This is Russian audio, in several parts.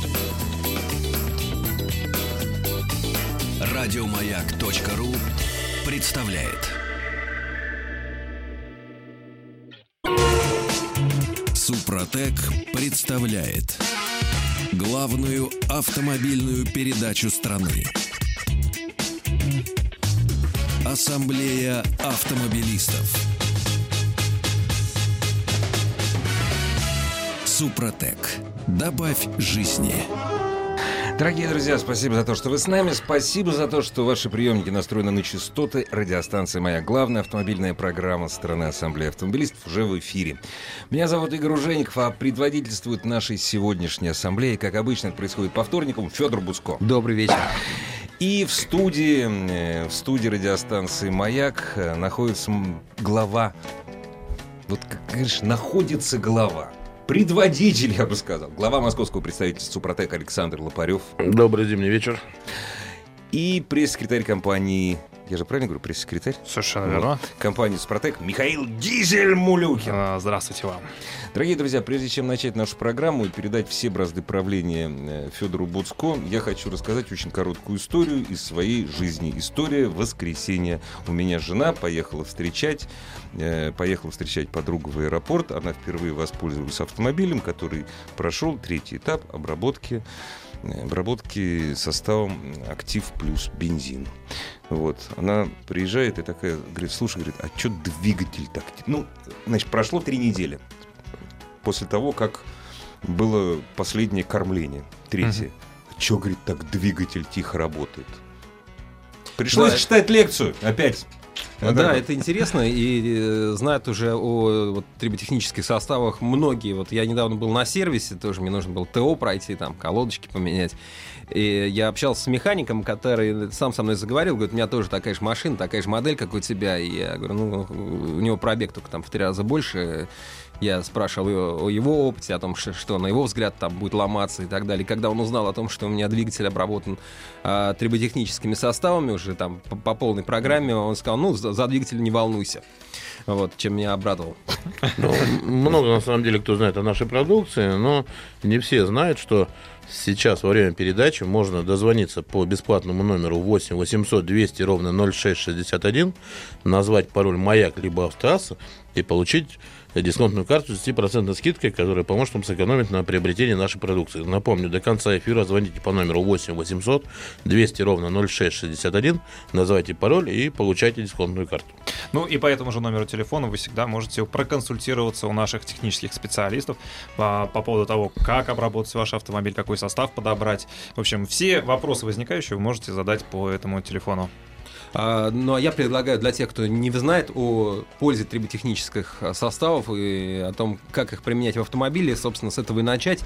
Радиомаяк.ру представляет. Супротек представляет главную автомобильную передачу страны. Ассамблея автомобилистов. Супротек. Добавь жизни. Дорогие друзья, спасибо за то, что вы с нами. Спасибо за то, что ваши приемники настроены на частоты радиостанции «Маяк». Главная автомобильная программа страны Ассамблеи автомобилистов уже в эфире. Меня зовут Игорь Ужеников, а предводительствует нашей сегодняшней ассамблеи, как обычно это происходит по вторникам, Федор Буцко. Добрый вечер. И в студии радиостанции «Маяк» находится глава. Вот, как говоришь, находится глава. Предводитель, я бы сказал. Глава московского представительства «Супротек» Александр Лопарев. Добрый зимний вечер. И пресс-секретарь компании... Я же правильно говорю, пресс-секретарь? Совершенно верно. Компании «Супротек» Михаил Дизель-Мулюхин. Здравствуйте вам. Дорогие друзья, прежде чем начать нашу программу и передать все бразды правления Федору Буцко, я хочу рассказать очень короткую историю из своей жизни. История воскресенья. У меня жена поехала встречать подругу в аэропорт. Она впервые воспользовалась автомобилем, который прошел 3-й этап обработки составом «Актив плюс бензин». Вот. Она приезжает и такая говорит: слушай, говорит, а что двигатель так... Значит, прошло 3 недели после того, как было последнее кормление, 3-е. Что, говорит, так двигатель тихо работает? Пришлось читать лекцию опять. Да, это интересно, и знают уже о триботехнических составах многие. Вот я недавно был на сервисе, тоже мне нужно было ТО пройти, там, колодочки поменять. И я общался с механиком, который сам со мной заговорил, говорит, у меня тоже такая же машина, такая же модель, как у тебя. И я говорю, у него пробег только там в 3 раза больше. Я спрашивал о его опыте, о том, что, на его взгляд, там будет ломаться и так далее. И когда он узнал о том, что у меня двигатель обработан триботехническими составами уже там по полной программе, он сказал, за двигатель не волнуйся. Вот, чем меня обрадовал. Много, на самом деле, кто знает о нашей продукции, но не все знают, что сейчас во время передачи можно дозвониться по бесплатному номеру 8 800 200 ровно 0661, назвать пароль «Маяк» либо «Автоасса» и получить дисконтную карту с 10% скидкой, которая поможет вам сэкономить на приобретении нашей продукции. Напомню, до конца эфира звоните по номеру 8 800 200 ровно 0661, называйте пароль и получайте дисконтную карту. И по этому же номеру телефона вы всегда можете проконсультироваться у наших технических специалистов по поводу того, как обработать ваш автомобиль, какой состав подобрать. В общем, все вопросы возникающие вы можете задать по этому телефону. А я предлагаю для тех, кто не знает о пользе триботехнических составов и о том, как их применять в автомобиле, собственно, с этого и начать.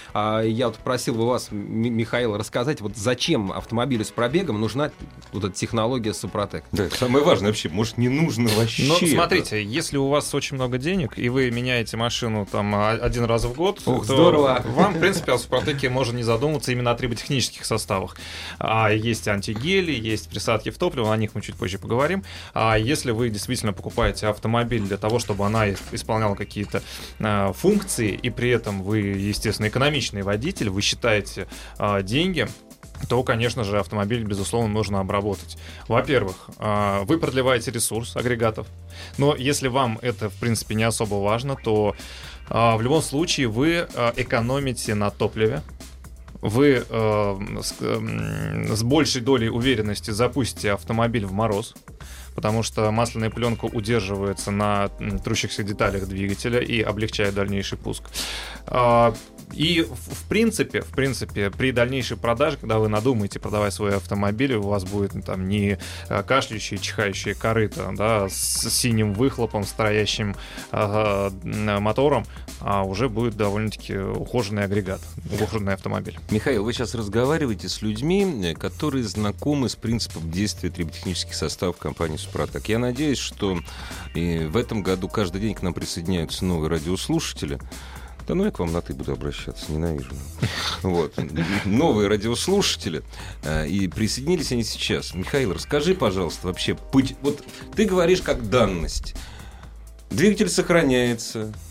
Я просил бы вас, Михаил, рассказать, зачем автомобилю с пробегом нужна эта технология Супротек. Да, это самое важное вообще. Может, не нужно вообще. Смотрите, если у вас очень много денег, и вы меняете машину там 1 раз в год, то здорово. Вам, в принципе, о Супротеке можно не задумываться именно о триботехнических составах. Есть антигели, есть присадки в топливо, о них мы чуть позже поговорим. А если вы действительно покупаете автомобиль для того, чтобы она исполняла какие-то функции, и при этом вы, естественно, экономичный водитель, вы считаете деньги, то, конечно же, автомобиль, безусловно, нужно обработать. Во-первых, вы продлеваете ресурс агрегатов, но если вам это, в принципе, не особо важно, то в любом случае вы экономите на топливе, вы с большей долей уверенности запустите автомобиль в мороз, потому что масляная пленка удерживается на трущихся деталях двигателя и облегчает дальнейший пуск. И в принципе, при дальнейшей продаже, когда вы надумаете продавать свой автомобиль, у вас будет там не кашляющие, чихающие корыто, да, с синим выхлопом, стоящим мотором, а уже будет довольно-таки ухоженный агрегат, ухоженный автомобиль. Михаил, вы сейчас разговариваете с людьми, которые знакомы с принципом действия триботехнических составов компании «Супротек». Я надеюсь, что и в этом году каждый день к нам присоединяются новые радиослушатели. Да я к вам на «ты» буду обращаться, ненавижу. Новые радиослушатели. И присоединились они сейчас. Михаил, расскажи, пожалуйста, вообще, ты говоришь как данность. Двигатель сохраняется,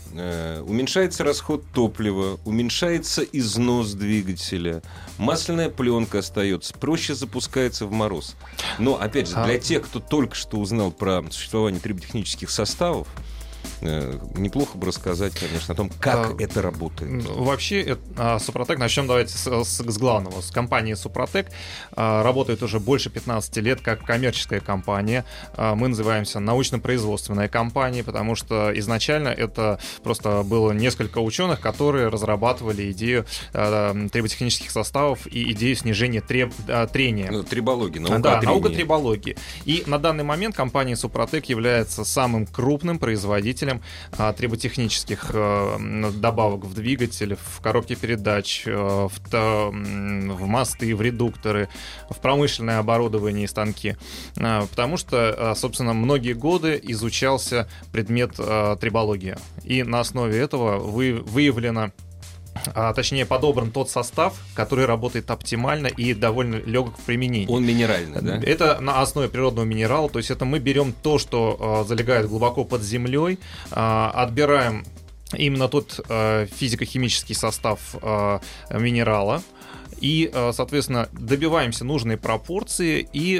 уменьшается расход топлива, уменьшается износ двигателя, масляная пленка остается, проще запускается в мороз. Но, опять же, для тех, кто только что узнал про существование триботехнических составов, неплохо бы рассказать, конечно, о том, как это работает. Вообще, Супротек, начнем давайте с главного. С компании Супротек работает уже больше 15 лет как коммерческая компания. Мы называемся научно-производственная компания, потому что изначально это просто было несколько ученых, которые разрабатывали идею триботехнических составов и идею снижения трения. Трибология, наука да, о трении. наука трибологии. И на данный момент компания Супротек является самым крупным производителем триботехнических добавок в двигатель, в коробки передач, в мосты, в редукторы, в промышленное оборудование и станки. Потому что, собственно, многие годы изучался предмет трибология. И на основе этого выявлено, точнее, подобран тот состав, который работает оптимально и довольно легок в применении. Он минеральный, да? Это на основе природного минерала, то есть это мы берем то, что залегает глубоко под землей, отбираем именно тот физико-химический состав минерала и, соответственно, добиваемся нужной пропорции и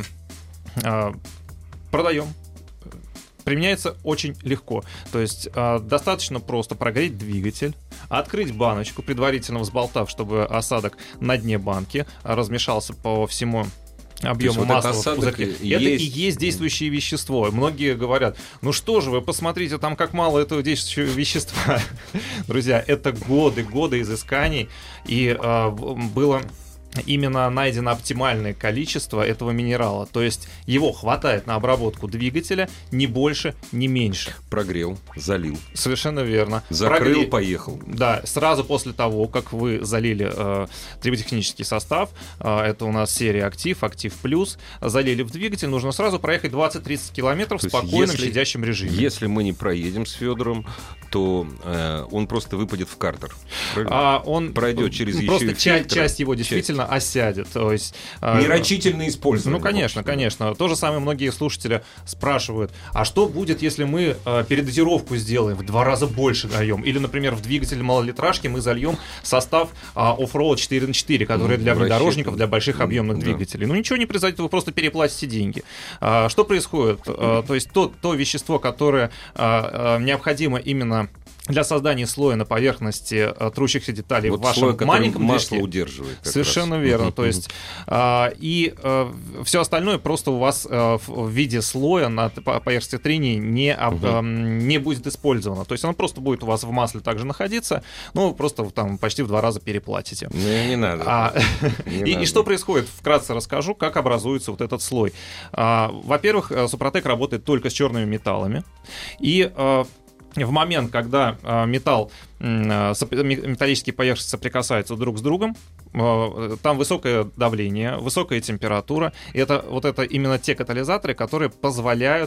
продаем. Применяется очень легко. То есть достаточно просто прогреть двигатель, открыть баночку, предварительно взболтав, чтобы осадок на дне банки размешался по всему объему масла в пузырьке. Это и есть действующее вещество. Многие говорят, ну что же вы, посмотрите, там как мало этого действующего вещества. Друзья, это годы изысканий, и было именно найдено оптимальное количество этого минерала. То есть его хватает на обработку двигателя ни больше, ни меньше. Прогрел, залил. Совершенно верно. Закрыл, поехал. Да, сразу после того, как вы залили триботехнический состав, это у нас серия Актив, Актив Плюс, залили в двигатель, нужно сразу проехать 20-30 километров в спокойном, щадящем режиме. Если мы не проедем с Федором, то он просто выпадет в картер. Он пройдет через просто часть его действительно осядет. То есть, нерачительно использовать. Ну, конечно. То же самое многие слушатели спрашивают, а что будет, если мы передозировку сделаем, в 2 раза больше даем? Или, например, в двигатель малолитражки мы зальем состав Offroad 4х4, который для внедорожников, для больших объемных двигателей. Ну, ничего не произойдет, вы просто переплатите деньги. Что происходит? То есть то вещество, которое необходимо именно для создания слоя на поверхности трущихся деталей в вашем слой, маленьком масло движке. Удерживает. Совершенно верно. То есть все остальное просто у вас в виде слоя на поверхности трения не будет использовано. То есть оно просто будет у вас в масле также находиться, но вы просто там почти в 2 раза переплатите. Не надо. И что происходит? Вкратце расскажу, как образуется вот этот слой. Во-первых, Супротек работает только с черными металлами. И в момент, когда металлические поверхности соприкасаются друг с другом, там высокое давление, высокая температура. И это именно те катализаторы, которые позволяют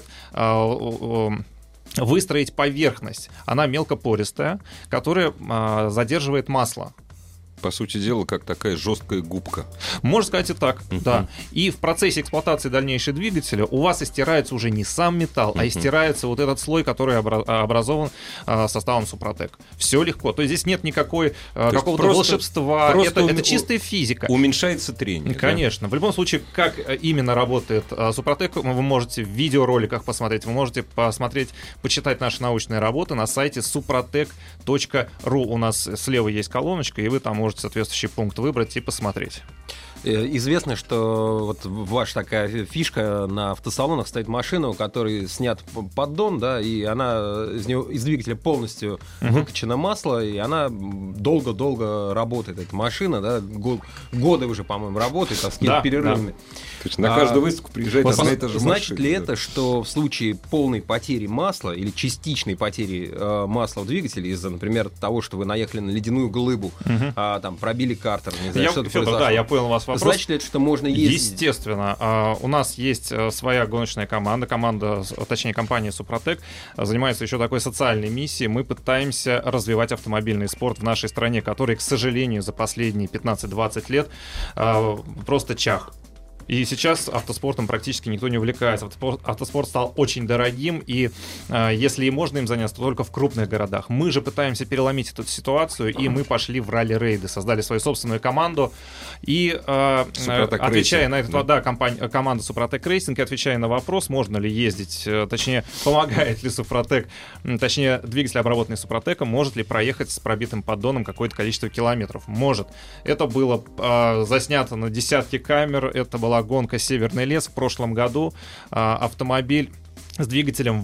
выстроить поверхность. Она мелкопористая, которая задерживает масло. По сути дела, как такая жесткая губка. Можно сказать и так, да. И в процессе эксплуатации дальнейшего двигателя у вас истирается уже не сам металл, а истирается вот этот слой, который образован составом Супротек. Все легко. То есть здесь нет какого-то волшебства. Это чистая физика. Уменьшается трение. Конечно. Да? В любом случае, как именно работает Супротек, вы можете в видеороликах посмотреть, вы можете почитать наши научные работы на сайте suprotec.ru. У нас слева есть колоночка, и вы там можете соответствующий пункт выбрать и посмотреть. Известно, что вот ваша такая фишка: на автосалонах стоит машина, у которой снят поддон, да, и она из двигателя полностью выкачано масло, и она долго-долго работает, эта машина, да, годы уже, по-моему, работает, с какими-то перерывами. Да. То есть на каждую выставку приезжает одна и та же машина. Значит ли это, что в случае полной потери масла или частичной потери масла в двигателе из-за, например, того, что вы наехали на ледяную глыбу, там пробили картер, не знаю, что-то произошло? Да, я понял вас вопрос. Значит ли это, что можно ездить? Естественно. У нас есть своя гоночная команда, точнее, компания Супротек, занимается еще такой социальной миссией. Мы пытаемся развивать автомобильный спорт в нашей стране, который, к сожалению, за последние 15-20 лет просто чах. И сейчас автоспортом практически никто не увлекается. Автоспорт стал очень дорогим, и если и можно им заняться, то только в крупных городах. Мы же пытаемся переломить эту ситуацию, и мы пошли в ралли-рейды, создали свою собственную команду. И отвечая на этот команда Супротек Рейсинг, отвечая на вопрос, можно ли ездить, точнее, помогает ли Супротек, точнее, двигатель, обработанный Супротеком, может ли проехать с пробитым поддоном какое-то количество километров? Может. Это было заснято на десятки камер, это была гонка «Северный лес» в прошлом году. Автомобиль с двигателем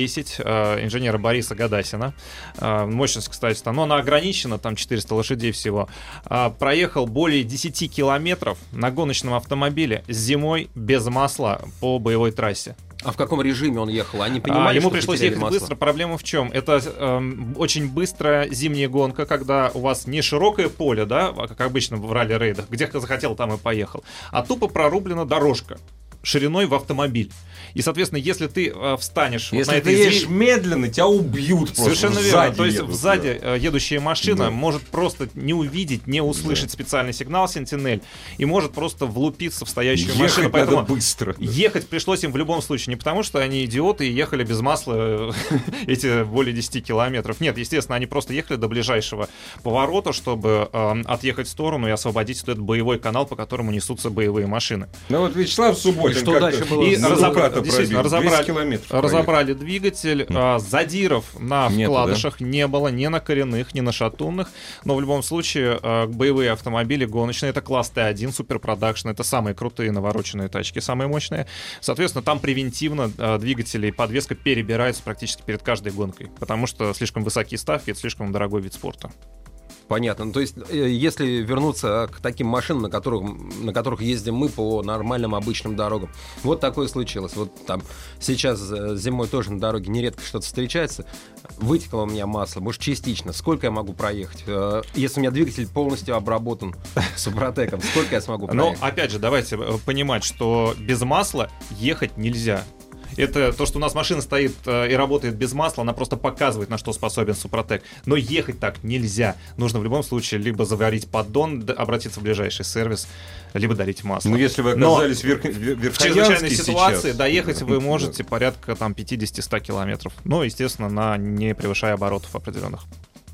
V10 инженера Бориса Гадасина. Мощность, кстати, но она ограничена, там 400 лошадей всего. Проехал более 10 километров на гоночном автомобиле зимой без масла по боевой трассе. А в каком режиме он ехал? Они понимали, ему что пришлось ехать масло? быстро. Проблема в чем? Это очень быстрая зимняя гонка, когда у вас не широкое поле, да, как обычно в ралли-рейдах, где кто захотел, там и поехал, а тупо прорублена дорожка шириной в автомобиль. И, соответственно, если ты встанешь... Если вот на ты этой едешь медленно, тебя убьют просто. Совершенно верно. То есть едут, сзади едущая машина может просто не увидеть, не услышать специальный сигнал «Сентинель» и может просто влупиться в стоящую машину. Поэтому быстро. Ехать пришлось им в любом случае. Не потому, что они идиоты и ехали без масла эти более 10 километров. Нет, естественно, они просто ехали до ближайшего поворота, чтобы отъехать в сторону и освободить этот боевой канал, по которому несутся боевые машины. Ну вот Вячеслав Субботин что дальше было? И действительно, разобрали двигатель. Задиров на вкладышах не было, ни на коренных, ни на шатунных. Но в любом случае боевые автомобили гоночные — это класс Т1, суперпродакшн, это самые крутые навороченные тачки, самые мощные. Соответственно, там превентивно двигатели и подвеска перебираются практически перед каждой гонкой, потому что слишком высокие ставки — это слишком дорогой вид спорта. Понятно. Ну, то есть, если вернуться к таким машинам, на которых ездим мы по нормальным обычным дорогам, вот такое случилось. Вот там сейчас зимой тоже на дороге нередко что-то встречается. Вытекло у меня масло, может, частично. Сколько я могу проехать? Если у меня двигатель полностью обработан Супротеком, сколько я смогу проехать? Но, опять же, давайте понимать, что без масла ехать нельзя. Это то, что у нас машина стоит и работает без масла, она просто показывает, на что способен Супротек. Но ехать так нельзя. Нужно в любом случае либо заварить поддон, обратиться в ближайший сервис, либо долить масло. Ну, если вы оказались в чрезвычайной ситуации, доехать вы можете порядка 50-100 километров. Ну, естественно, не превышая оборотов определенных.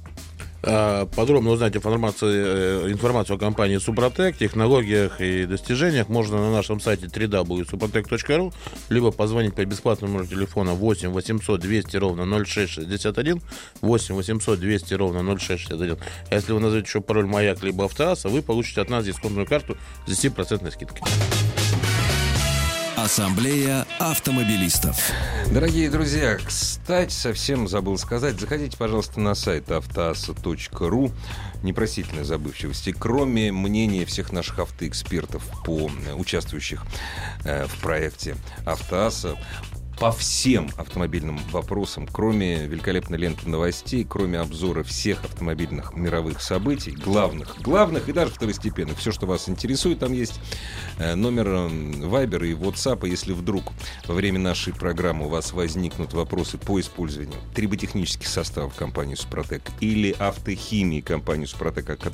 Подробно узнать информацию о компании Супротек, технологиях и достижениях можно на нашем сайте www.suprotec.ru, либо позвонить по бесплатному номеру телефона 8 800 200 ровно 0661, 8 800 200 ровно 0661. А если вы назовете еще пароль «Маяк» либо «Автоасса», вы получите от нас дисконтную карту с 10% скидкой. Ассамблея автомобилистов. Дорогие друзья, кстати, совсем забыл сказать, заходите, пожалуйста, на сайт автоасса.ру. Непростительной забывчивости. Кроме мнения всех наших автоэкспертов, участвующих в проекте «Автоасса», по всем автомобильным вопросам, кроме великолепной ленты новостей, кроме обзора всех автомобильных мировых событий, главных и даже второстепенных, все, что вас интересует, там есть номер Viber и WhatsApp. Если вдруг во время нашей программы у вас возникнут вопросы по использованию триботехнических составов компании Супротек или автохимии компании Супротек, о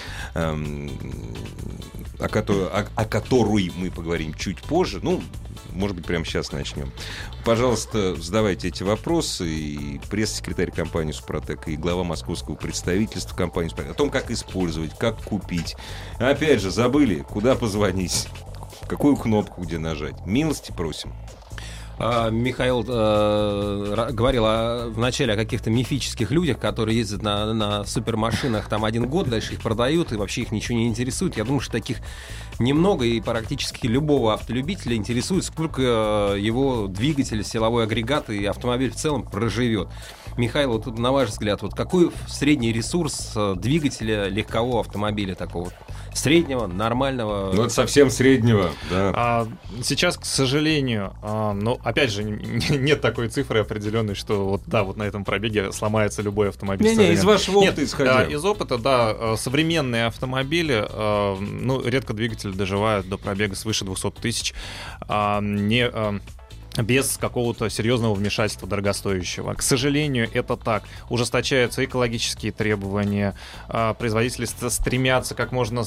которой мы поговорим чуть позже, может быть, прямо сейчас начнем. Пожалуйста, задавайте эти вопросы. И пресс-секретарь компании Супротек, и глава московского представительства компании Супротек о том, как использовать, как купить. Опять же, забыли, куда позвонить, какую кнопку где нажать. Милости просим. Михаил говорил вначале о каких-то мифических людях, которые ездят на супермашинах там 1 год, дальше их продают, и вообще их ничего не интересует. Я думаю, что таких немного, и практически любого автолюбителя интересует, сколько его двигатель, силовой агрегат и автомобиль в целом проживет. Михаил, вот на ваш взгляд, вот какой средний ресурс двигателя легкового автомобиля такого? Среднего, нормального? Ну, это совсем среднего, да. Сейчас, к сожалению, опять же, нет такой цифры определенной, что вот на этом пробеге сломается любой автомобиль. Из вашего опыта исходя. Из опыта, да, современные автомобили, редко двигатели доживают до пробега свыше 200 тысяч. без какого-то серьезного вмешательства дорогостоящего. К сожалению, это так. Ужесточаются экологические требования, производители стремятся как можно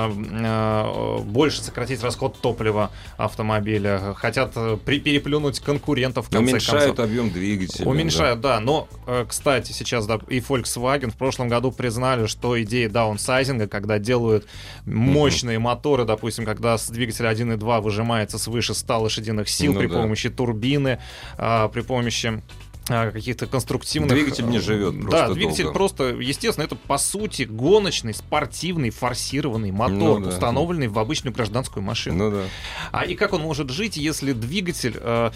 больше сократить расход топлива автомобиля, хотят переплюнуть конкурентов в конце концов. Уменьшают объем двигателя. Уменьшают, да. Но, кстати, сейчас и Volkswagen в прошлом году признали, что идея даунсайзинга, когда делают мощные моторы, допустим, когда с двигателя 1.2 выжимается свыше 100 лошадиных сил при помощи турбины, при помощи каких-то конструктивных... Двигатель не живет просто Да, двигатель долго. просто, естественно, это по сути гоночный, спортивный, форсированный мотор, установленный в обычную гражданскую машину. И как он может жить, если двигатель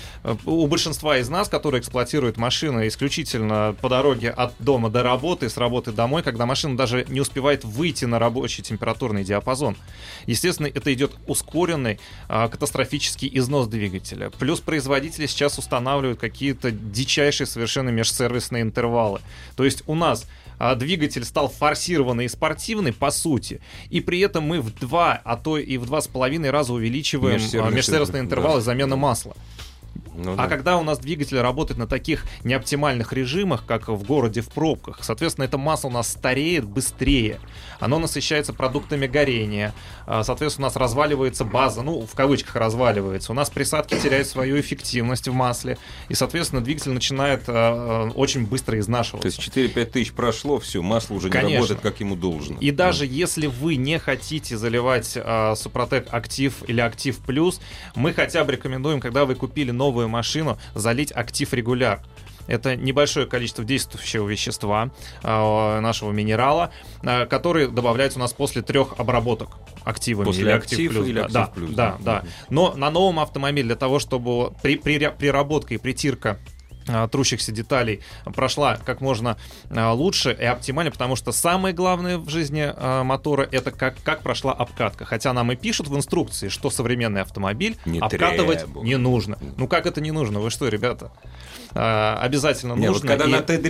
у большинства из нас, которые эксплуатируют машины исключительно по дороге от дома до работы, с работы домой, когда машина даже не успевает выйти на рабочий температурный диапазон. Естественно, это идет ускоренный катастрофический износ двигателя. Плюс производители сейчас устанавливают какие-то дичайшие совершенно межсервисные интервалы. То есть у нас двигатель стал форсированный и спортивный, по сути, и при этом мы в 2, а то и в 2,5 раза увеличиваем межсервисные интервалы замены масла. Когда у нас двигатель работает на таких неоптимальных режимах, как в городе в пробках, соответственно, это масло у нас стареет быстрее, оно насыщается продуктами горения, соответственно, у нас разваливается база, в кавычках разваливается, у нас присадки теряют свою эффективность в масле, и, соответственно, двигатель начинает очень быстро изнашиваться. То есть 4-5 тысяч прошло, все, масло уже не работает, как ему должно. И даже если вы не хотите заливать Супротек Актив или Актив Плюс, мы хотя бы рекомендуем, когда вы купили новую машину, залить Актив Регуляр. Это небольшое количество действующего вещества, нашего минерала, который добавляется у нас после 3 обработок активами. После или Актив Плюс. Или Актив Плюс. Да. Но на новом автомобиле для того, чтобы приработка и притирка трущихся деталей прошла как можно лучше и оптимально, потому что самое главное в жизни мотора — это как прошла обкатка. Хотя нам и пишут в инструкции, что современный автомобиль обкатывать не нужно. Как это не нужно? Вы что, ребята? Обязательно нужно. Вот когда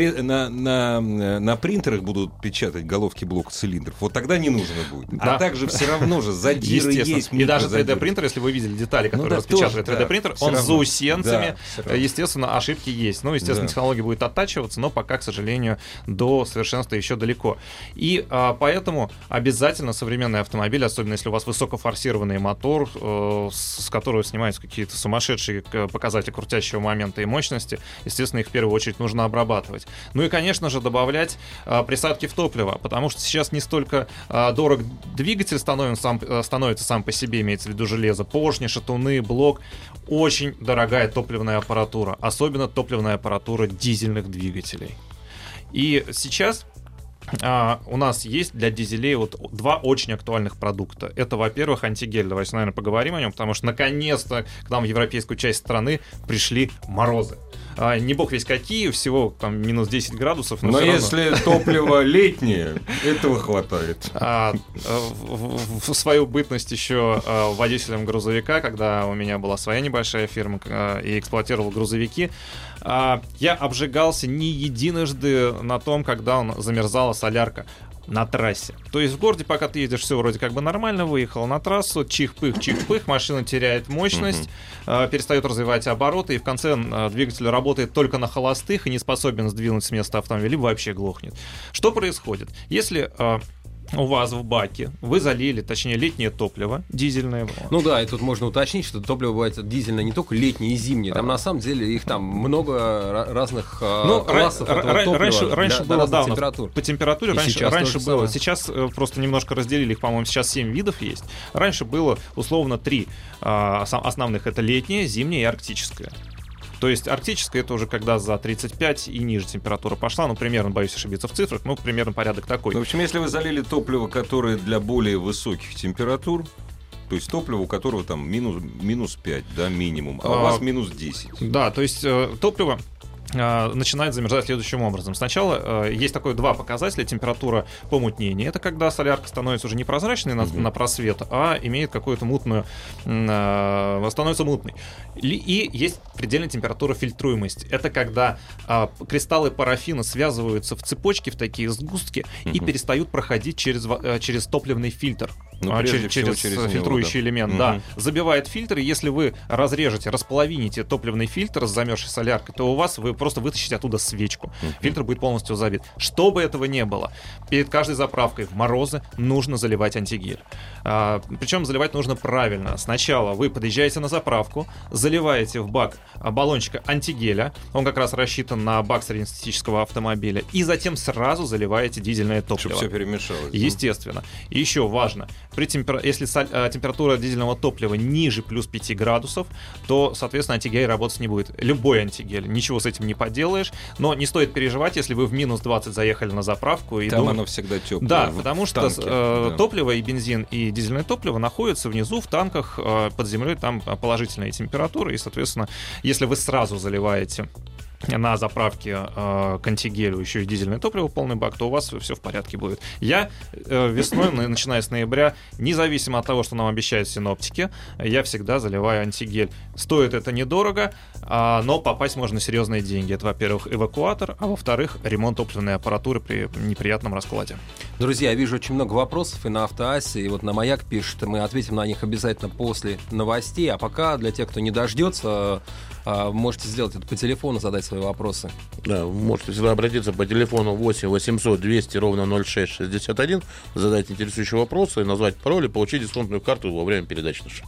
на принтерах будут печатать головки блока цилиндров, вот тогда не нужно будет. А также все равно же задиры есть. И даже 3D-принтер, если вы видели детали, которые распечатывает 3D-принтер, он с заусенцами, естественно, ошибки есть. Естественно, технология будет оттачиваться, но пока, к сожалению, до совершенства еще далеко. И поэтому обязательно современный автомобиль, особенно если у вас высокофорсированный мотор, с которого снимаются какие-то сумасшедшие показатели крутящего момента и мощности, естественно, их в первую очередь нужно обрабатывать. И, конечно же, добавлять присадки в топливо, потому что сейчас не столько дорог двигатель становится сам по себе, имеется в виду железо, поршни, шатуны, блок. Очень дорогая топливная аппаратура, особенно топливная аппаратура дизельных двигателей. И сейчас у нас есть для дизелей 2 очень актуальных продукта. Это, во-первых, антигель. Давайте, наверное, поговорим о нем, потому что наконец-то к нам в европейскую часть страны пришли морозы. Не бог весь какие, всего там минус 10 градусов. Но если топливо летнее, этого хватает. В свою бытность еще водителем грузовика, когда у меня была своя небольшая фирма и эксплуатировал грузовики, я обжигался не единожды на том, когда замерзала солярка на трассе. То есть в городе, пока ты едешь, все вроде как бы нормально, выехал на трассу, чих-пых, машина теряет мощность, перестает развивать обороты, и в конце двигатель работает только на холостых и не способен сдвинуть с места автомобиля, либо вообще глохнет. Что происходит? Если у вас в баке вы залили, точнее, летнее топливо, дизельное. И тут можно уточнить, что топливо бывает дизельное не только летнее и зимнее, там на самом деле их там много разных классов этого топлива раньше для было, разных температур. По температуре раньше было. Сейчас просто немножко разделили их, по-моему, сейчас 7 видов есть. Раньше было условно 3 основных: это летнее, зимнее и арктическое. То есть арктическое — это уже когда за 35 и ниже температура пошла, примерно, боюсь ошибиться в цифрах, примерно порядок такой. В общем, если вы залили топливо, которое для более высоких температур, то есть топливо, у которого там минус 5, да, минимум, а у вас минус 10. Да, то есть топливо начинает замерзать следующим образом. Сначала есть такое два показателя: температура помутнения. Это когда солярка становится уже не прозрачной на просвет, а имеет какую-то мутную, становится мутной. И есть предельная температура фильтруемости. Это когда кристаллы парафина связываются в цепочки, в такие сгустки, и перестают проходить через топливный фильтр. Через фильтрующий элемент, да. Забивает фильтр, и если вы разрежете, располовините топливный фильтр с замерзшей соляркой, то у вас вы просто вытащите оттуда свечку. Фильтр будет полностью забит. Чтобы этого не было, перед каждой заправкой в морозы нужно заливать антигель. Причем заливать нужно правильно. Сначала вы подъезжаете на заправку, заливаете в бак баллончика антигеля, он как раз рассчитан на бак среднестатистического автомобиля, и затем сразу заливаете дизельное топливо. Чтобы все перемешалось. Естественно. И еще важно, если температура дизельного топлива ниже плюс 5 градусов, то, соответственно, антигель работать не будет. Любой антигель, ничего с этим не поделаешь, но не стоит переживать, если вы в минус 20 заехали на заправку. И там оно всегда теплое. Да, потому что топливо, и бензин, и дизельное топливо находятся внизу в танках под землей, там положительные температуры, и, соответственно, если вы сразу заливаете на заправке к антигелю еще и дизельное топливо, полный бак, то у вас все в порядке будет. Я весной, начиная с ноября, независимо от того, что нам обещают синоптики, я всегда заливаю антигель. Стоит это недорого, но попасть можно на серьезные деньги. Это, во-первых, эвакуатор, а во-вторых, ремонт топливной аппаратуры при неприятном раскладе. Друзья, я вижу очень много вопросов и на Автоассе, и вот на Маяк пишут, мы ответим на них обязательно после новостей, а пока для тех, кто не дождется, можете сделать это по телефону, задать свои вопросы. Да, можете всегда обратиться по телефону 8 800 200 ровно 0661, задать интересующие вопросы, назвать пароль и получить дисконтную карту во время передачи нашей.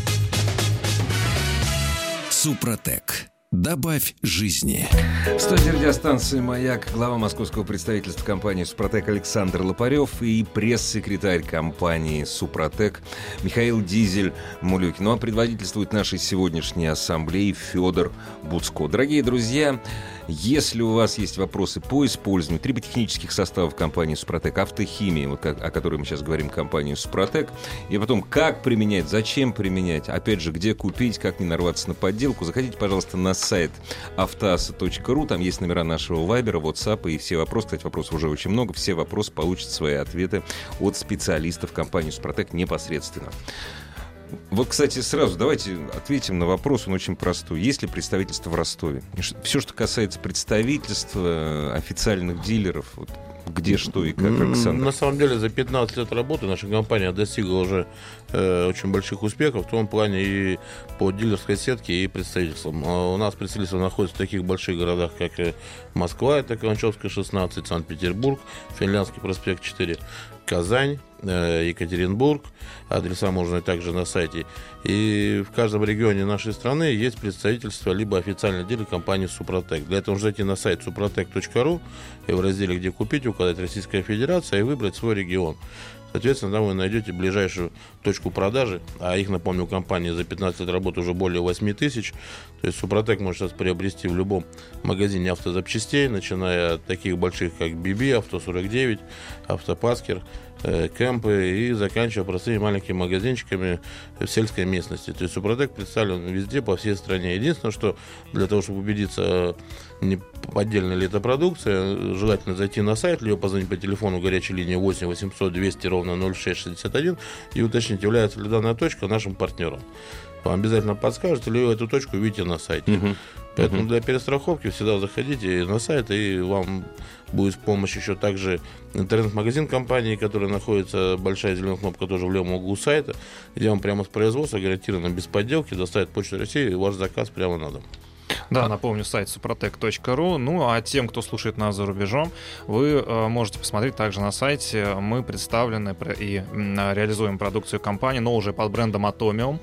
Супротек. Добавь жизни. В студии радиостанции «Маяк» глава московского представительства компании «Супротек» Александр Лопарев и пресс-секретарь компании «Супротек» Михаил Дизель-Мулюкин. Ну а предводительствует нашей сегодняшней ассамблеи Федор Буцко. Дорогие друзья, если у вас есть вопросы по использованию триботехнических составов компании «Супротек», автохимии, вот о которой мы сейчас говорим, компанию «Супротек», и потом, как применять, зачем применять, опять же, где купить, как не нарваться на подделку, заходите, пожалуйста, на сайт автоаса.ру, там есть номера нашего вайбера, WhatsApp и все вопросы, кстати, вопросов уже очень много, все вопросы получат свои ответы от специалистов компании «Супротек» непосредственно. Вот, кстати, сразу давайте ответим на вопрос, он очень простой. Есть ли представительство в Ростове? Все, что касается представительства, официальных дилеров, вот, где, что и как, Александр? На самом деле, за 15 лет работы наша компания достигла уже очень больших успехов в том плане и по дилерской сетке, и представительствам. У нас представительство находится в таких больших городах, как Москва, это Каланчевская, 16, Санкт-Петербург, Финляндский проспект 4, Казань, Екатеринбург. Адреса можно также на сайте. И в каждом регионе нашей страны есть представительство либо официальный дилер компании «Супротек». Для этого нужно зайти на сайт suprotec.ru и в разделе «Где купить» указать «Российская Федерация» и выбрать свой регион. Соответственно, там вы найдете ближайшую точку продажи, а их, напомню, у компании за 15 лет работы уже более 8 тысяч. То есть «Супротек» можно сейчас приобрести в любом магазине автозапчастей, начиная от таких больших, как BB, Авто-49, Автопаскер, Кэмпы и заканчивая простыми маленькими магазинчиками в сельской местности. То есть «Супротек» представлен везде, по всей стране. Единственное, что для того, чтобы убедиться, не поддельная ли это продукция, желательно зайти на сайт, либо позвонить по телефону горячей линии 8 800 200 ровно 0661 и уточнить, является ли данная точка нашим партнером. Вам обязательно подскажут, или вы эту точку видите на сайте. Поэтому для перестраховки всегда заходите на сайт, и вам будет в помощь еще также интернет-магазин компании, который находится, большая зеленая кнопка тоже в левом углу сайта, где вам прямо с производства гарантированно без подделки доставит Почта России ваш заказ прямо на дом. Да, напомню, сайт suprotec.ru. Ну, а тем, кто слушает нас за рубежом, вы можете посмотреть также на сайте. Мы представлены и реализуем продукцию компании, но уже под брендом Atomium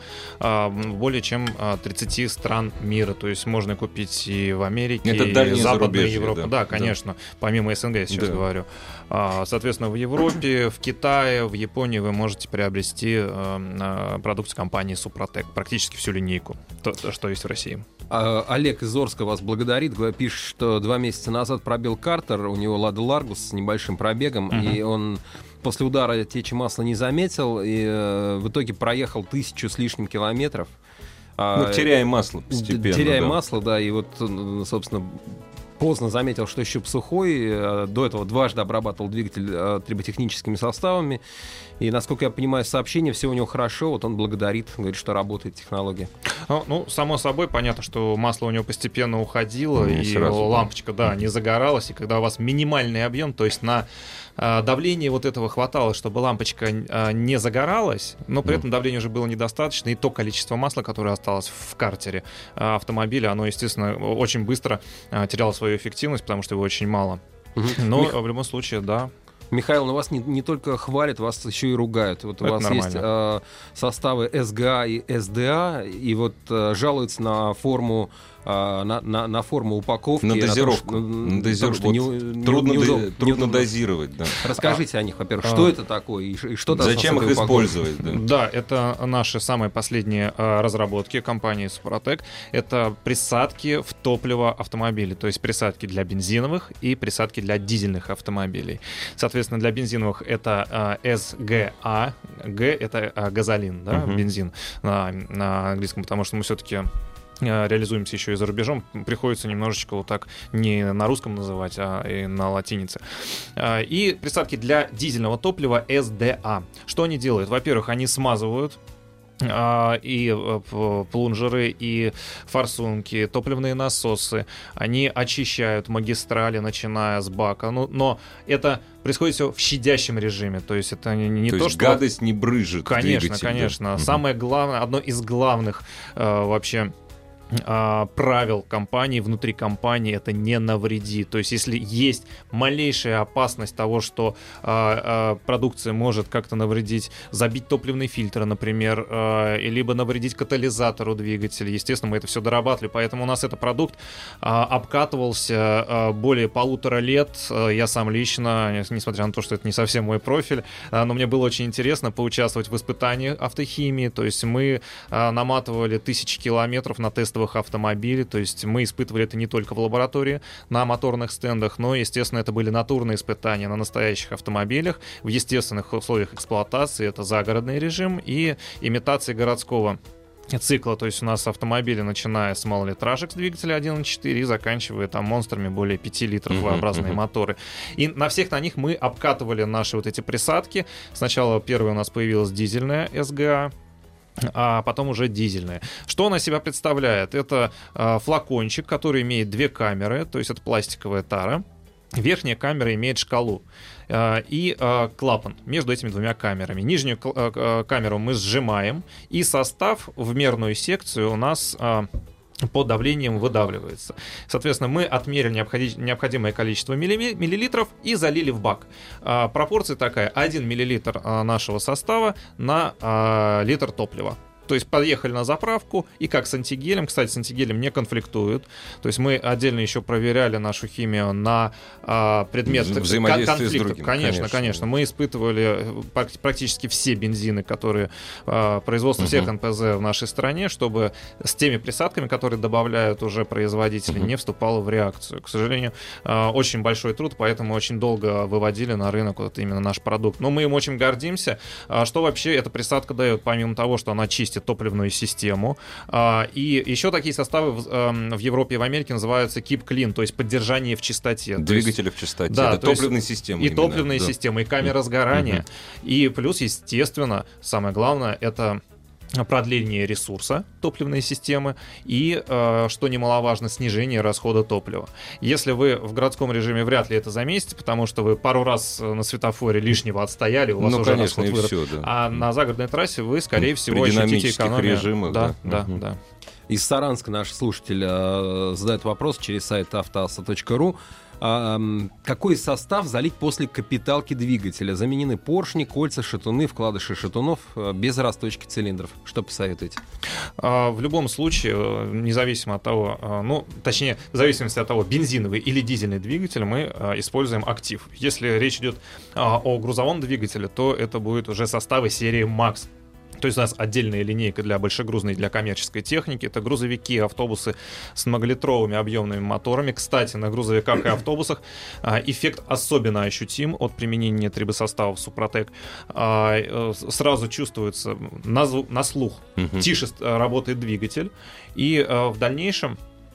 в более чем 30 стран мира. То есть можно купить и в Америке, и в Западной Европе. Да, конечно, помимо СНГ я сейчас говорю. Соответственно, в Европе, в Китае, в Японии вы можете приобрести продукцию компании Супротек. Практически всю линейку, что есть в России. Олег из Орска вас благодарит, пишет, что 2 месяца назад пробил картер, у него Лада Ларгус с небольшим пробегом, и он после удара течи масла не заметил, и в итоге проехал 1000 с лишним километров. Теряя масло постепенно. Теряя масло, да, и вот, собственно, поздно заметил, что щуп сухой. До этого дважды обрабатывал двигатель триботехническими составами. И, насколько я понимаю, сообщение, все у него хорошо. Вот он благодарит, говорит, что работает технология. Ну, само собой, понятно, что масло у него постепенно уходило, и сразу, лампочка, не загоралась. И когда у вас минимальный объем, то есть на давление вот этого хватало, чтобы лампочка не загоралась, но при этом давление уже было недостаточно, и то количество масла, которое осталось в картере автомобиля, оно, естественно, очень быстро теряло свою эффективность, потому что его очень мало. Но в любом случае, да. Михаил, вас не только хвалят, вас еще и ругают. Вот у вас нормально. есть составы СГА и СДА, и вот жалуются на форму на форму упаковки. На дозировку. Трудно дозировать. Да. Расскажите о них, во-первых, что это такое и что там. Зачем их использовать? Да, это наши самые последние разработки компании Супротек. Это присадки в топливо автомобилей, то есть присадки для бензиновых и присадки для дизельных автомобилей. Соответственно, для бензиновых это СГА, Г это газолин, да, бензин на английском, потому что мы все-таки реализуемся еще и за рубежом, приходится немножечко вот так не на русском называть, а и на латинице. И присадки для дизельного топлива СДА. Что они делают? Во-первых, они смазывают и плунжеры, и форсунки, топливные насосы. Они очищают магистрали, начиная с бака. Но это происходит все в щадящем режиме. То есть это не то, что гадость не брызжет. Конечно, конечно. Да? Самое главное, одно из главных вообще правил компании, внутри компании, это не навреди. То есть если есть малейшая опасность того, что продукция может как-то навредить, забить топливный фильтр, например, либо навредить катализатору двигателя, естественно, мы это все дорабатывали, поэтому у нас этот продукт обкатывался более 1,5 лет. Я сам лично, несмотря на то, что это не совсем мой профиль, но мне было очень интересно поучаствовать в испытании автохимии. То есть мы наматывали 1000 километров на тестовых автомобилей, то есть мы испытывали это не только в лаборатории, на моторных стендах, но, естественно, это были натурные испытания на настоящих автомобилях в естественных условиях эксплуатации. Это загородный режим и имитация городского цикла, то есть у нас автомобили, начиная с малолитражек с двигателя 1.4 и заканчивая там монстрами более 5 литров V-образные моторы. И на всех на них мы обкатывали наши вот эти присадки. Сначала первая у нас появилась дизельная СГА, а потом уже дизельные. Что она себя представляет? Это флакончик, который имеет 2 камеры, то есть это пластиковая тара. Верхняя камера имеет шкалу и клапан между этими 2 камерами. Нижнюю камеру мы сжимаем, и состав в мерную секцию у нас под давлением выдавливается. Соответственно, мы отмерили необходимое количество миллилитров и залили в бак. Пропорция такая: 1 миллилитр нашего состава на литр топлива. То есть подъехали на заправку, и как с антигелем, кстати, с антигелем не конфликтуют. То есть мы отдельно еще проверяли нашу химию на предмет конфликтов. С другим. Конечно. Мы испытывали практически все бензины, которые производство всех НПЗ в нашей стране, чтобы с теми присадками, которые добавляют уже производители, не вступало в реакцию. К сожалению, очень большой труд, поэтому очень долго выводили на рынок вот именно наш продукт. Но мы им очень гордимся. Что вообще эта присадка дает, помимо того, что она чистит топливную систему. И еще такие составы в Европе и в Америке называются Keep Clean, то есть поддержание в чистоте. Двигателя в чистоте. Да, топливной системы. И топливная система, и камера сгорания. И плюс, естественно, самое главное, это продление ресурса топливной системы и, что немаловажно, снижение расхода топлива. Если вы в городском режиме вряд ли это заметите, потому что вы пару раз на светофоре лишнего отстояли, у вас уже расход вырос. Все, да. А на загородной трассе вы, скорее всего, ощутите экономию. Режимах, да. Из Саранска наш слушатель задает вопрос через сайт автоаса.ру. Какой состав залить после капиталки двигателя? Заменены поршни, кольца, шатуны, вкладыши шатунов без расточки цилиндров. Что посоветуете? В любом случае, независимо от того, в зависимости от того, бензиновый или дизельный двигатель, мы используем актив. Если речь идет о грузовом двигателе, то это будут уже составы серии Max. То есть у нас отдельная линейка для большегрузной, для коммерческой техники. Это грузовики, автобусы с многолитровыми объемными моторами. Кстати, на грузовиках и автобусах эффект особенно ощутим от применения трибосоставов Супротек. Сразу чувствуется на слух. Тише работает двигатель. И в дальнейшем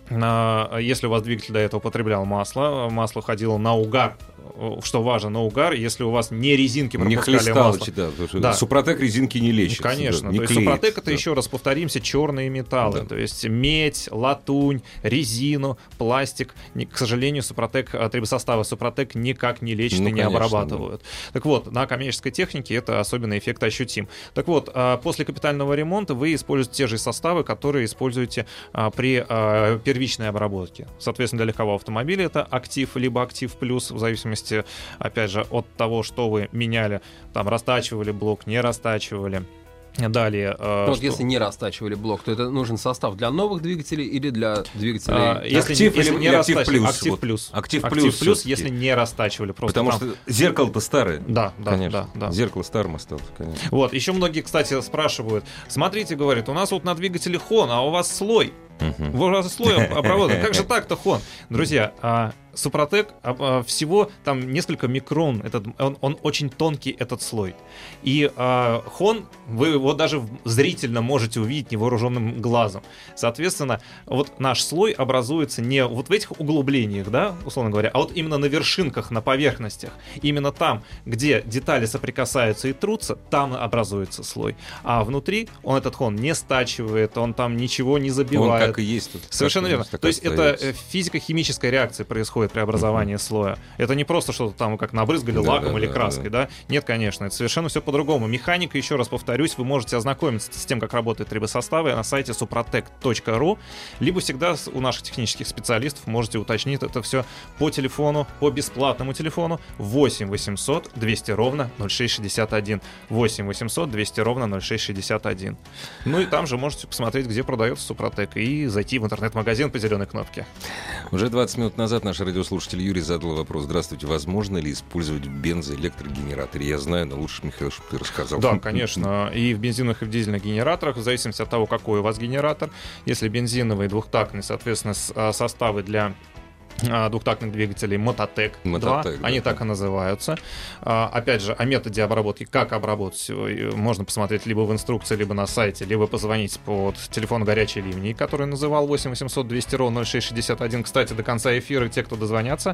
если у вас двигатель до этого потреблял масло ходило на угар, что важно, на угар, если у вас не резинки пропускали масло. Да. Супротек резинки не лечит. Конечно. Да, не то есть клеит, Супротек это, еще раз повторимся, черные металлы. Да. То есть медь, латунь, резину, пластик. К сожалению, трибосоставы Супротек никак не лечат и не обрабатывают. Да. Так вот, на коммерческой технике это особенный эффект ощутим. Так вот, после капитального ремонта вы используете те же составы, которые используете при первичной обработке. Соответственно, для легкового автомобиля это Актив либо Актив Плюс, в зависимости, опять же, от того, что вы меняли, там, растачивали блок, не растачивали. Далее, вот если не растачивали блок, то это нужен состав для новых двигателей или для двигателей? Если не Актив Плюс. Актив Плюс. Актив Плюс, если не растачивали. Потому что зеркало-то старое. Да, конечно. Да. Зеркало старым осталось, конечно. Вот, еще многие, кстати, спрашивают, смотрите, говорят, у нас вот на двигателе хон, а у вас слой. У вас слой обработан. Как же так-то хон? Друзья, Супротек всего там несколько микрон, он очень тонкий, этот слой. И хон, вы его даже зрительно можете увидеть невооруженным глазом. Соответственно, вот наш слой образуется не вот в этих углублениях, да, условно говоря, а вот именно на вершинках, на поверхностях. Именно там, где детали соприкасаются и трутся, там образуется слой. А внутри он этот хон не стачивает, он там ничего не забивает. Он как и есть. Совершенно верно. То есть это физико-химическая реакция происходит при образовании слоя. Это не просто что-то там как набрызгали лаком или краской, да? Нет, конечно, это совершенно все по-другому. Механика, еще раз повторюсь, вы можете ознакомиться с тем, как работают трибосоставы на сайте suprotec.ru, либо всегда у наших технических специалистов можете уточнить это все по телефону, по бесплатному телефону 8 800 200 ровно 0661. 8 800 200 ровно 0661. Ну и там же можете посмотреть, где продается Супротек, и зайти в интернет-магазин по зеленой кнопке. Уже 20 минут назад наш радиослушатель Юрий задал вопрос: здравствуйте, возможно ли использовать в бензоэлектрогенераторе? Я знаю, но лучше, Михаил, чтобы ты рассказал. Да, конечно. И в бензиновых, и в дизельных генераторах, в зависимости от того, какой у вас генератор. Если бензиновый, двухтактный, соответственно, составы для двухтактных двигателей Мототек 2, они так и называются. Опять же, о методе обработки, как обработать, можно посмотреть либо в инструкции, либо на сайте, либо позвонить по телефону горячей линии, который называл 8 800 200 ровно 0661. Кстати, до конца эфира те, кто дозвонятся,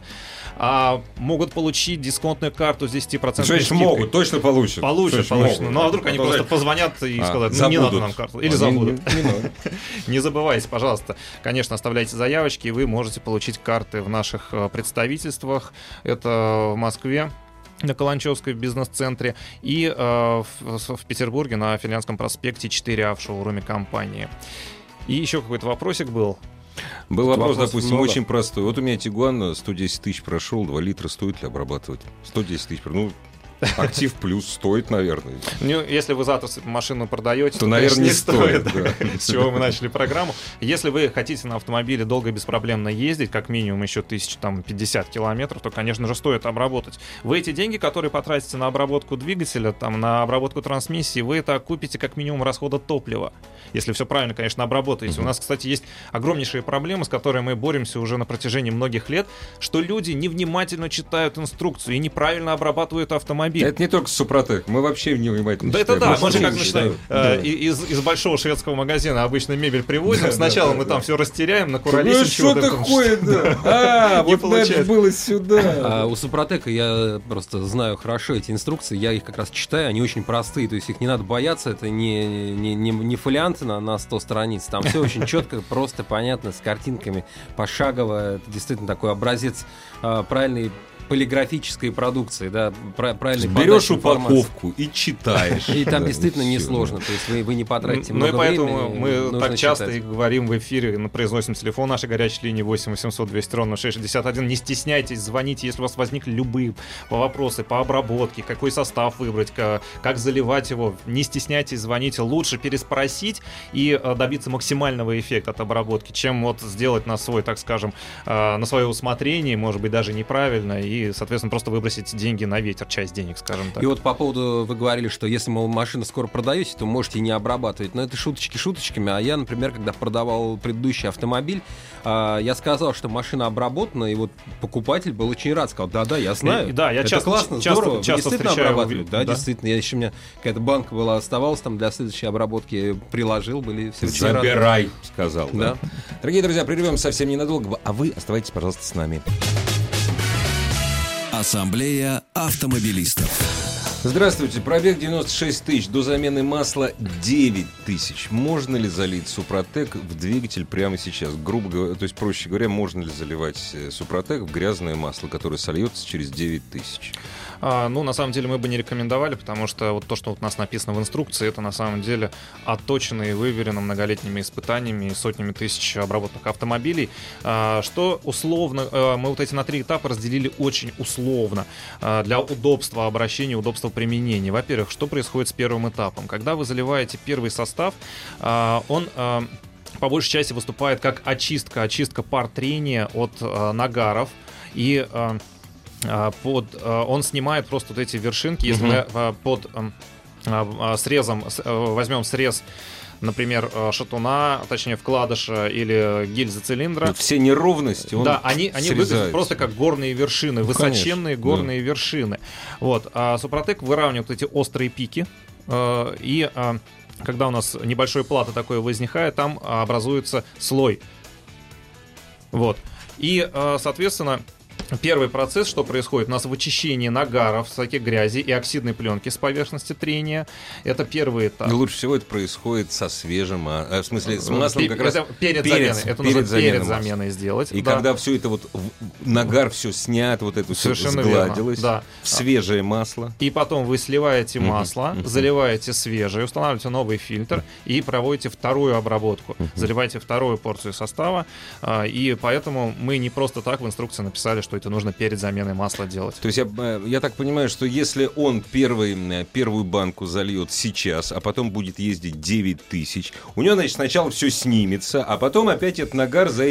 могут получить дисконтную карту с 10% скидкой. Могут, точно получат. Получат. Ну а вдруг они просто позвонят и скажут, не надо нам карту. Или забудут. Не забывайте, пожалуйста. Конечно, оставляйте заявочки, и вы можете получить карты в наших представительствах. Это в Москве, на Каланчевской в бизнес-центре, и в Петербурге на Финляндском проспекте 4А в шоуруме компании. И еще какой-то вопросик был. Был вопрос, допустим, очень простой. Вот у меня Тигуан 110 тысяч прошел, 2 литра стоит ли обрабатывать? 110 тысяч, Актив Плюс стоит, наверное. Если вы завтра машину продаете, то наверное, не стоит. С чего мы начали программу. Если вы хотите на автомобиле долго и беспроблемно ездить, как минимум еще 1050 километров, то, конечно же, стоит обработать. Вы эти деньги, которые потратите на обработку двигателя, там, на обработку трансмиссии, вы это окупите как минимум расхода топлива. Если все правильно, конечно, обработаете. У нас, кстати, есть огромнейшие проблемы, с которыми мы боремся уже на протяжении многих лет, что люди невнимательно читают инструкцию и неправильно обрабатывают автомобиль. Это не только Супротек, мы вообще невнимательно читаем. Это да, мы же как начинаем. Из большого шведского магазина обычно мебель привозим, сначала мы там все растеряем, накуролесим чего-то. Что такое, да? Вот надо было сюда. У Супротека я просто знаю хорошо эти инструкции, я их как раз читаю, они очень простые, то есть их не надо бояться, это не фолиант на 100 страниц, там все очень четко, просто, понятно, с картинками, пошагово, это действительно такой образец правильной полиграфической продукции, да, правильной берешь упаковку и читаешь. И там действительно несложно, то есть вы не потратите много времени. Ну и поэтому мы так часто и говорим в эфире, произносим телефон нашей горячей линии 8 800 200 ровно 661. Не стесняйтесь, звоните, если у вас возникли любые вопросы по обработке, какой состав выбрать, как заливать его. Не стесняйтесь, звоните. Лучше переспросить и добиться максимального эффекта от обработки, чем вот сделать на свой, так скажем, на свое усмотрение, может быть, даже неправильно, и, соответственно, просто выбросить деньги на ветер, часть денег, скажем так. И вот по поводу, вы говорили, что если, мол, машину скоро продаете, то можете не обрабатывать. Но это шуточки шуточками. А я, например, когда продавал предыдущий автомобиль, я сказал, что машина обработана, и вот покупатель был очень рад. Сказал, да, я знаю. Да, я это часто, классно, часто, здорово. часто Вы действительно встречаю... обрабатывали? Да, действительно. Я еще, у меня какая-то банка была, оставалась там для следующей обработки, приложил, были все очень рады. Забирай, сказал. Да. Дорогие друзья, прервем совсем ненадолго, а вы оставайтесь, пожалуйста, с нами. Ассамблея автомобилистов. Здравствуйте. Пробег 96 тысяч. До замены масла 9 тысяч. Можно ли залить Супротек в двигатель прямо сейчас? Грубо говоря, то есть, проще говоря, можно ли заливать Супротек в грязное масло, которое сольется через 9 тысяч? Ну, на самом деле, мы бы не рекомендовали, потому что вот то, что у нас написано в инструкции, это на самом деле отточено и выверено многолетними испытаниями и сотнями тысяч обработанных автомобилей. Что условно, мы вот эти на 3 этапа разделили очень условно для удобства обращения, удобства применения. Во-первых, что происходит с первым этапом? Когда вы заливаете первый состав, он... по большей части выступает как очистка пар трения от нагаров, и он снимает просто вот эти вершинки. Если мы под срезом возьмем срез, например, шатуна, точнее вкладыша или гильзы цилиндра. Все неровности. Да, они выглядят просто как горные вершины, высоченные горные вершины. Вот. А Супротек выравнивает эти острые пики, и когда у нас небольшой плато такое возникает, там образуется слой. Вот. И, соответственно, первый процесс, что происходит, у нас вычищение нагаров, всяких грязи и оксидной пленки с поверхности трения. Это первый этап. Но лучше всего это происходит со свежим, в смысле, с маслом как раз перед заменой. Это нужно перед заменой сделать. И когда все это вот, нагар все снят, вот это все сгладилось, в свежее масло. И потом вы сливаете масло, заливаете свежее, устанавливаете новый фильтр и проводите вторую обработку. Заливаете вторую порцию состава. И поэтому мы не просто так в инструкции написали, что это нужно перед заменой масла делать. То есть я так понимаю, что если он первую банку зальет сейчас, а потом будет ездить 9 тысяч, у него, значит, сначала все снимется, а потом опять этот нагар за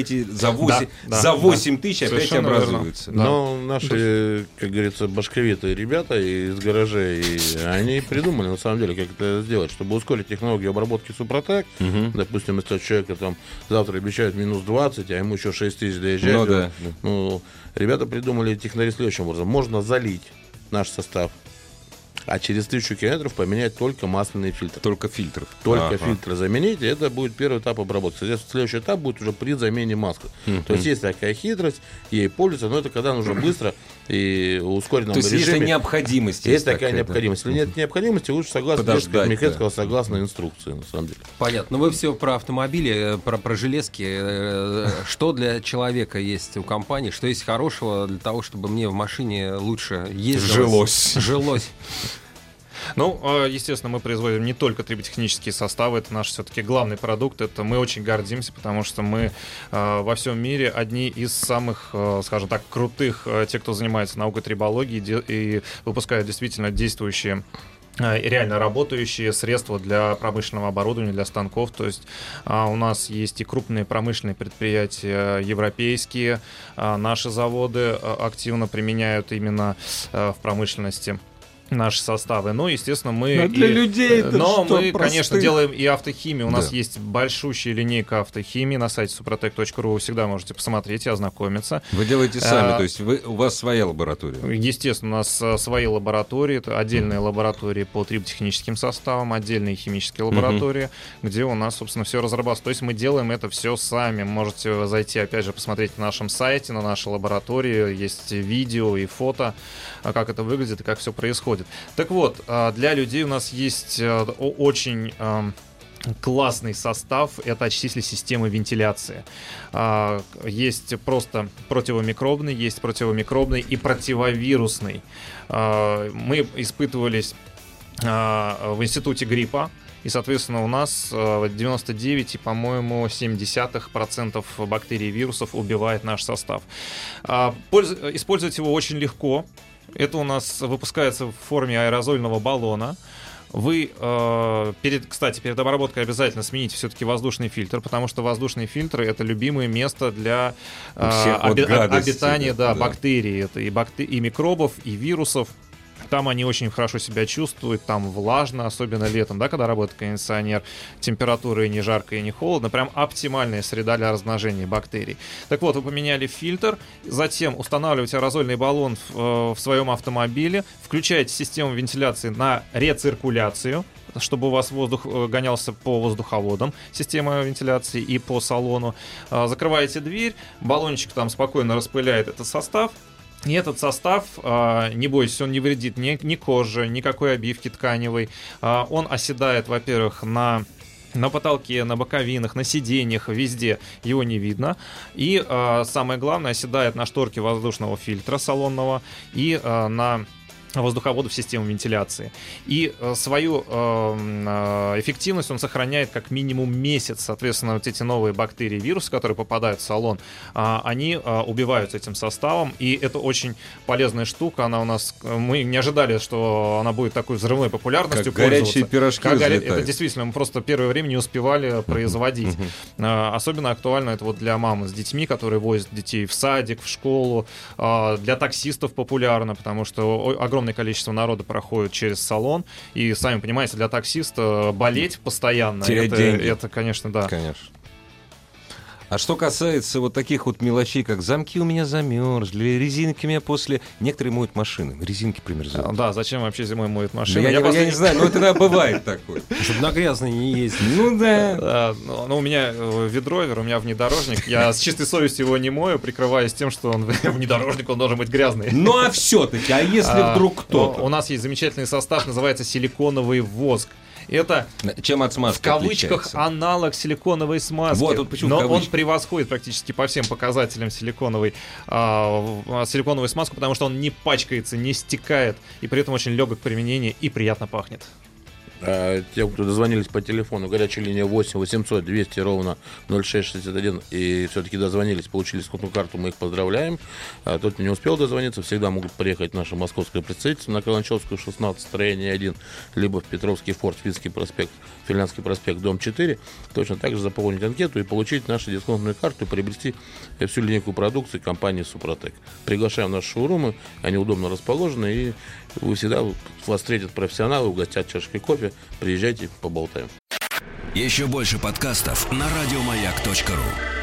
8 тысяч опять образуется. Да. Но наши, как говорится, башковитые ребята из гаражей, они придумали, на самом деле, как это сделать, чтобы ускорить технологию обработки Супротек. Допустим, если человека там завтра обещают минус 20, а ему еще 6 тысяч доезжать, ребята придумали технологию следующим образом. Можно залить наш состав, а через 1000 километров поменять только масляный фильтр. Только фильтр. Только фильтр заменить, и это будет первый этап обработки. Соответственно, следующий этап будет уже при замене маслы. То есть есть такая хитрость, ей пользуются, но это когда нужно быстро и ускоренном режиме. То есть есть необходимость. Есть такая необходимость. Если нет необходимости, лучше согласно Михельского, согласно инструкции, на самом деле. Понятно. Но вы все про автомобили, про железки. Что для человека есть у компании, что есть хорошего для того, чтобы мне в машине лучше ездилось? Жилось. Ну, естественно, мы производим не только триботехнические составы, это наш все-таки главный продукт, это мы очень гордимся, потому что мы во всем мире одни из самых, скажем так, крутых, те, кто занимается наукой трибологии и выпускают действительно действующие, реально работающие средства для промышленного оборудования, для станков. То есть у нас есть и крупные промышленные предприятия европейские, наши заводы активно применяют именно в промышленности наши составы. Ну, естественно, мы... для людей это но что, мы, конечно, простых? делаем и автохимию. У нас есть большущая линейка автохимии на сайте suprotec.ru. Вы всегда можете посмотреть и ознакомиться. Вы делаете сами, то есть у вас своя лаборатория? Естественно, у нас свои лаборатории. Это отдельные лаборатории по триботехническим составам, отдельные химические лаборатории, где у нас, собственно, все разрабатывается. То есть мы делаем это все сами. Можете зайти, опять же, посмотреть на нашем сайте, на нашей лаборатории. Есть видео и фото, как это выглядит и как все происходит. Так вот, для людей у нас есть очень классный состав. Это очистители системы вентиляции. Есть просто противомикробный, есть противомикробный и противовирусный. Мы испытывались в институте гриппа. И, соответственно, у нас 99, по-моему, 0,7% бактерий и вирусов убивает наш состав. Использовать его очень легко. Это у нас выпускается в форме аэрозольного баллона. Вы, кстати, перед обработкой обязательно смените все-таки воздушный фильтр, потому что воздушные фильтры — это любимое место для обитания бактерий. Это и микробов, и вирусов. Там они очень хорошо себя чувствуют, там влажно, особенно летом, да, когда работает кондиционер, температура и не жарко, и не холодно, прям оптимальная среда для размножения бактерий. Так вот, вы поменяли фильтр, затем устанавливаете аэрозольный баллон в своем автомобиле, включаете систему вентиляции на рециркуляцию, чтобы у вас воздух гонялся по воздуховодам, система вентиляции, и по салону. Закрываете дверь, баллончик там спокойно распыляет этот состав. И этот состав, не бойтесь, он не вредит ни коже, никакой обивки тканевой. Он оседает, во-первых, на потолке, на боковинах, на сиденьях, везде его не видно. И самое главное, оседает на шторке воздушного фильтра салонного и на воздуховодов системы вентиляции. И свою эффективность он сохраняет как минимум месяц. Соответственно, вот эти новые бактерии, вирусы, которые попадают в салон, они убиваются этим составом. И это очень полезная штука. Она у нас... Мы не ожидали, что она будет такой взрывной популярностью как пользоваться. Горячие пирожки Это действительно, мы просто первое время не успевали производить. Особенно актуально это вот для мам с детьми, которые возят детей в садик, в школу. Для таксистов популярно, потому что огромное количество народа проходит через салон, и, сами понимаете, для таксиста болеть постоянно, это, конечно, да. Конечно. А что касается вот таких вот мелочей, как замки у меня замерзли, резинки у меня после... Некоторые моют машины, резинки примерзают. Да, зачем вообще зимой моют машины? Я не знаю, но это иногда бывает такое. Чтобы на грязный не ездить. Ну да. Ну, у меня ведровер, у меня внедорожник. Я с чистой совестью его не мою, прикрываясь тем, что он внедорожник, он должен быть грязный. Ну а все-таки, а если вдруг кто-то? У нас есть замечательный состав, называется силиконовый воск. Это, чем от смазки в кавычках, отличается? Аналог силиконовой смазки. Вот почему но он превосходит практически по всем показателям силиконовой смазку, потому что он не пачкается, не стекает, и при этом очень легок к применению и приятно пахнет. Те, кто дозвонились по телефону, горячая линия 8 800 200 ровно 0661, и все-таки дозвонились, получили скотную карту, мы их поздравляем. Тот, кто не успел дозвониться, всегда могут приехать в наше московское представительство на Каланчевскую, 16, строение 1, либо в Петровский форт, Финский проспект, Финляндский проспект, дом 4. Точно так же заполнить анкету и получить нашу дисконтную карту и приобрести всю линейку продукции компании «Супротек». Приглашаем в наши шоурумы, они удобно расположены, и вы всегда вас встретят профессионалы, угостят чашкой кофе. Приезжайте, поболтаем. Еще больше подкастов на радиомаяк.ру.